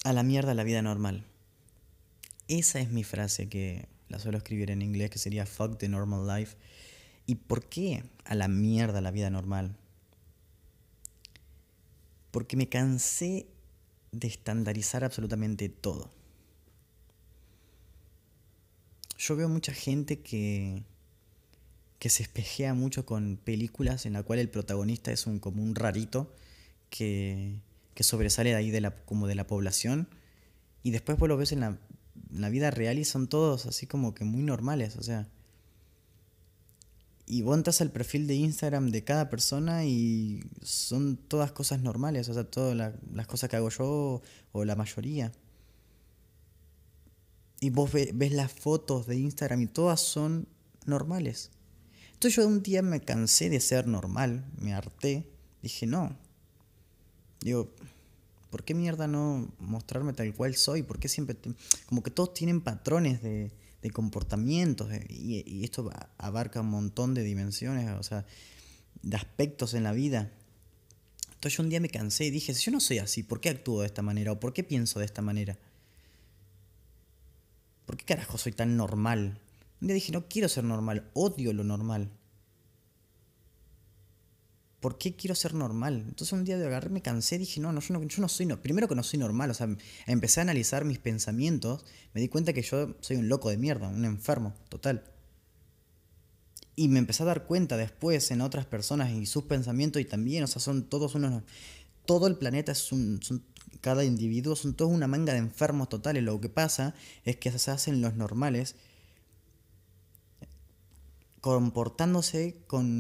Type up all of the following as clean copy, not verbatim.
A la mierda la vida normal. Esa es mi frase que la suelo escribir en inglés, que sería fuck the normal life. ¿Y por qué a la mierda la vida normal? Porque me cansé de estandarizar absolutamente todo. Yo veo mucha gente que se espejea mucho con películas en la cual el protagonista es como un rarito que, que sobresale de ahí como de la población. Y después vos lo ves en la vida real y son todos así como que muy normales, o sea. Y vos entras al perfil de Instagram de cada persona y son todas cosas normales, o sea, todas las cosas que hago yo o la mayoría. Y vos ves las fotos de Instagram y todas son normales. Entonces yo un día me cansé de ser normal, me harté, dije no. Digo, ¿por qué mierda no mostrarme tal cual soy? ¿Por qué siempre... como que todos tienen patrones de comportamientos y esto abarca un montón de dimensiones, o sea, de aspectos en la vida. Entonces yo un día me cansé y dije, si yo no soy así, ¿por qué actúo de esta manera? ¿O por qué pienso de esta manera? ¿Por qué carajo soy tan normal? Un día dije, no quiero ser normal, odio lo normal. ¿Por qué quiero ser normal? Entonces un día de agarré, me cansé, dije, no, yo no soy, primero que no soy normal, o sea, empecé a analizar mis pensamientos, me di cuenta que yo soy un loco de mierda, un enfermo, total. Y me empecé a dar cuenta después en otras personas y sus pensamientos y también, o sea, son todos unos... Todo el planeta cada individuo son todos una manga de enfermos totales. Lo que pasa es que se hacen los normales comportándose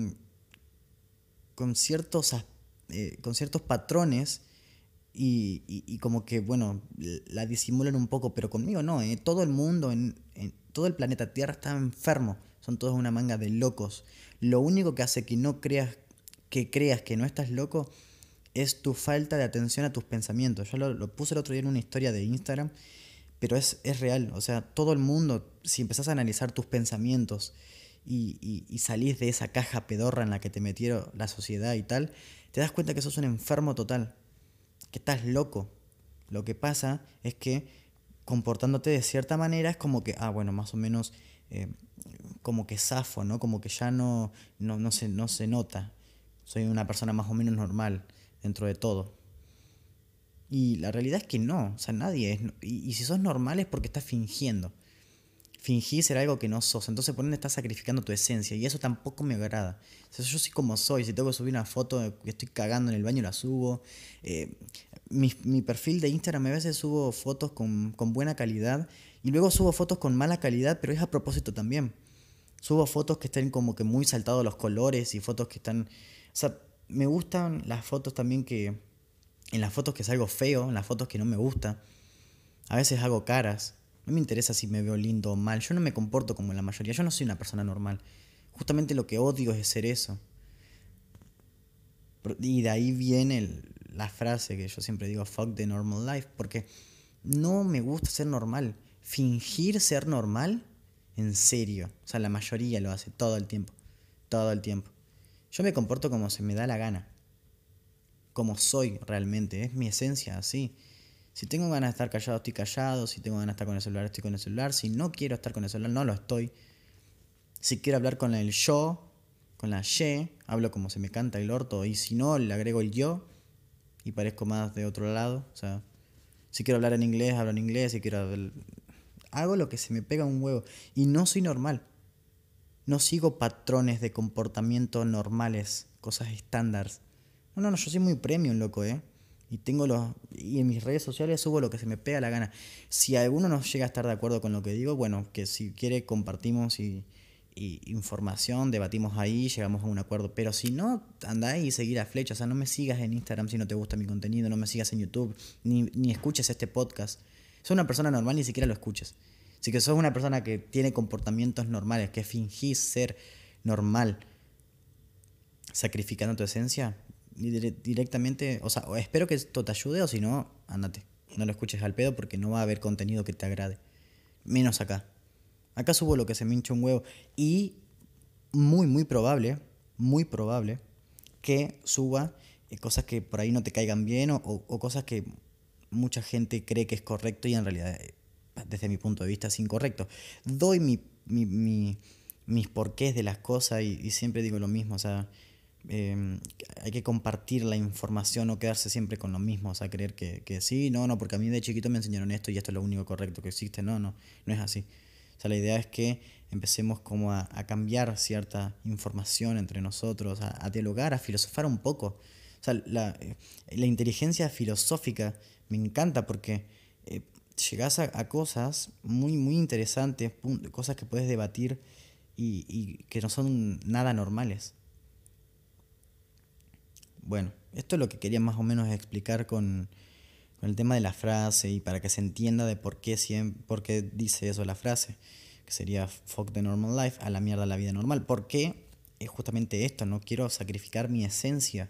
con ciertos, con ciertos patrones y como que, bueno, la disimulan un poco, pero conmigo no, ¿eh? Todo el mundo, en todo el planeta Tierra está enfermo, son todos una manga de locos. Lo único que hace que no creas que no estás loco es tu falta de atención a tus pensamientos. Yo lo puse el otro día en una historia de Instagram, pero es real. O sea, todo el mundo, si empezás a analizar tus pensamientos y salís de esa caja pedorra en la que te metieron la sociedad y tal, te das cuenta que sos un enfermo total, que estás loco. Lo que pasa es que comportándote de cierta manera es como que, bueno, más o menos eh, como que zafo, ¿no? Como que ya no se nota. Soy una persona más o menos normal dentro de todo. Y la realidad es que no, o sea, nadie es... Y si sos normal es porque estás fingiendo. Fingís ser algo que no sos, entonces por ende estás sacrificando tu esencia y eso tampoco me agrada. O sea, yo soy como soy, si tengo que subir una foto de que estoy cagando en el baño la subo. Eh, mi perfil de Instagram a veces subo fotos con buena calidad y luego subo fotos con mala calidad, pero es a propósito también. Subo fotos que estén como que muy saltados los colores y fotos que están... O sea, me gustan las fotos también que... En las fotos que salgo feo, en las fotos que no me gusta. A veces hago caras. No me interesa si me veo lindo o mal. Yo no me comporto como la mayoría. Yo no soy una persona normal. Justamente lo que odio es ser eso. Y de ahí viene la frase que yo siempre digo, fuck the normal life. Porque no me gusta ser normal. Fingir ser normal, en serio. O sea, la mayoría lo hace todo el tiempo. Todo el tiempo. Yo me comporto como se me da la gana. Como soy realmente. Es mi esencia así. Si tengo ganas de estar callado, estoy callado. Si tengo ganas de estar con el celular, estoy con el celular. Si no quiero estar con el celular, no lo estoy. Si quiero hablar con el yo, con la y, hablo como se me canta el orto. Y si no, le agrego el yo y parezco más de otro lado. O sea, si quiero hablar en inglés, hablo en inglés. Si quiero hago lo que se me pega un huevo. Y no soy normal. No sigo patrones de comportamiento normales, cosas estándares. No, yo soy muy premium, loco, ¿eh? Y en mis redes sociales subo lo que se me pega la gana. Si alguno no llega a estar de acuerdo con lo que digo, bueno, que si quiere compartimos y información, debatimos ahí, llegamos a un acuerdo. Pero si no, anda ahí y seguir a flecha. O sea, no me sigas en Instagram si no te gusta mi contenido, no me sigas en YouTube, ni escuches este podcast. Soy una persona normal, ni siquiera lo escuches. Si que sos una persona que tiene comportamientos normales, que fingís ser normal, sacrificando tu esencia, directamente, o sea, espero que esto te ayude o si no, ándate. No lo escuches al pedo porque no va a haber contenido que te agrade. Menos acá. Acá subo lo que se me hincha un huevo. Y muy probable que suba cosas que por ahí no te caigan bien o cosas que mucha gente cree que es correcto y en realidad, desde mi punto de vista, es incorrecto. Doy mis porqués de las cosas y siempre digo lo mismo, o sea, hay que compartir la información, no quedarse siempre con lo mismo, o sea, creer que sí, no, no, porque a mí de chiquito me enseñaron esto y esto es lo único correcto que existe, no, no, no es así. O sea, la idea es que empecemos como a cambiar cierta información entre nosotros, a dialogar, a filosofar un poco. O sea, la inteligencia filosófica me encanta porque eh, llegas a cosas muy, muy interesantes, cosas que puedes debatir y que no son nada normales. Bueno, esto es lo que quería más o menos explicar con el tema de la frase y para que se entienda de por qué dice eso la frase, que sería fuck the normal life, a la mierda la vida normal. Porque es justamente esto, no quiero sacrificar mi esencia,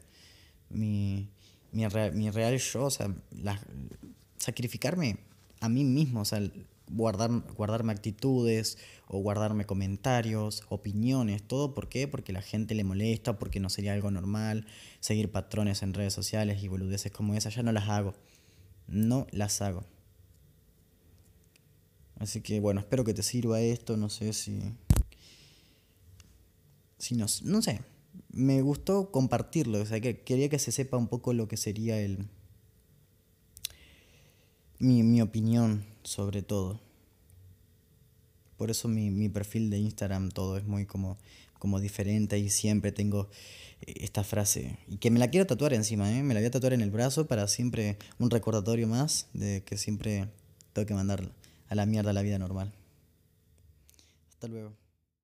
mi real yo, o sea, sacrificarme a mí mismo, o sea, guardarme actitudes o guardarme comentarios, opiniones, todo. ¿Por qué? Porque la gente le molesta, porque no sería algo normal, seguir patrones en redes sociales y boludeces como esas, ya no las hago. No las hago. Así que bueno, espero que te sirva esto, no sé si no sé. Me gustó compartirlo, o sea, que quería que se sepa un poco lo que sería mi opinión sobre todo. Por eso mi perfil de Instagram todo es muy como diferente y siempre tengo esta frase. Y que me la quiero tatuar encima, ¿eh? Me la voy a tatuar en el brazo para siempre un recordatorio más de que siempre tengo que mandar a la mierda la vida normal. Hasta luego.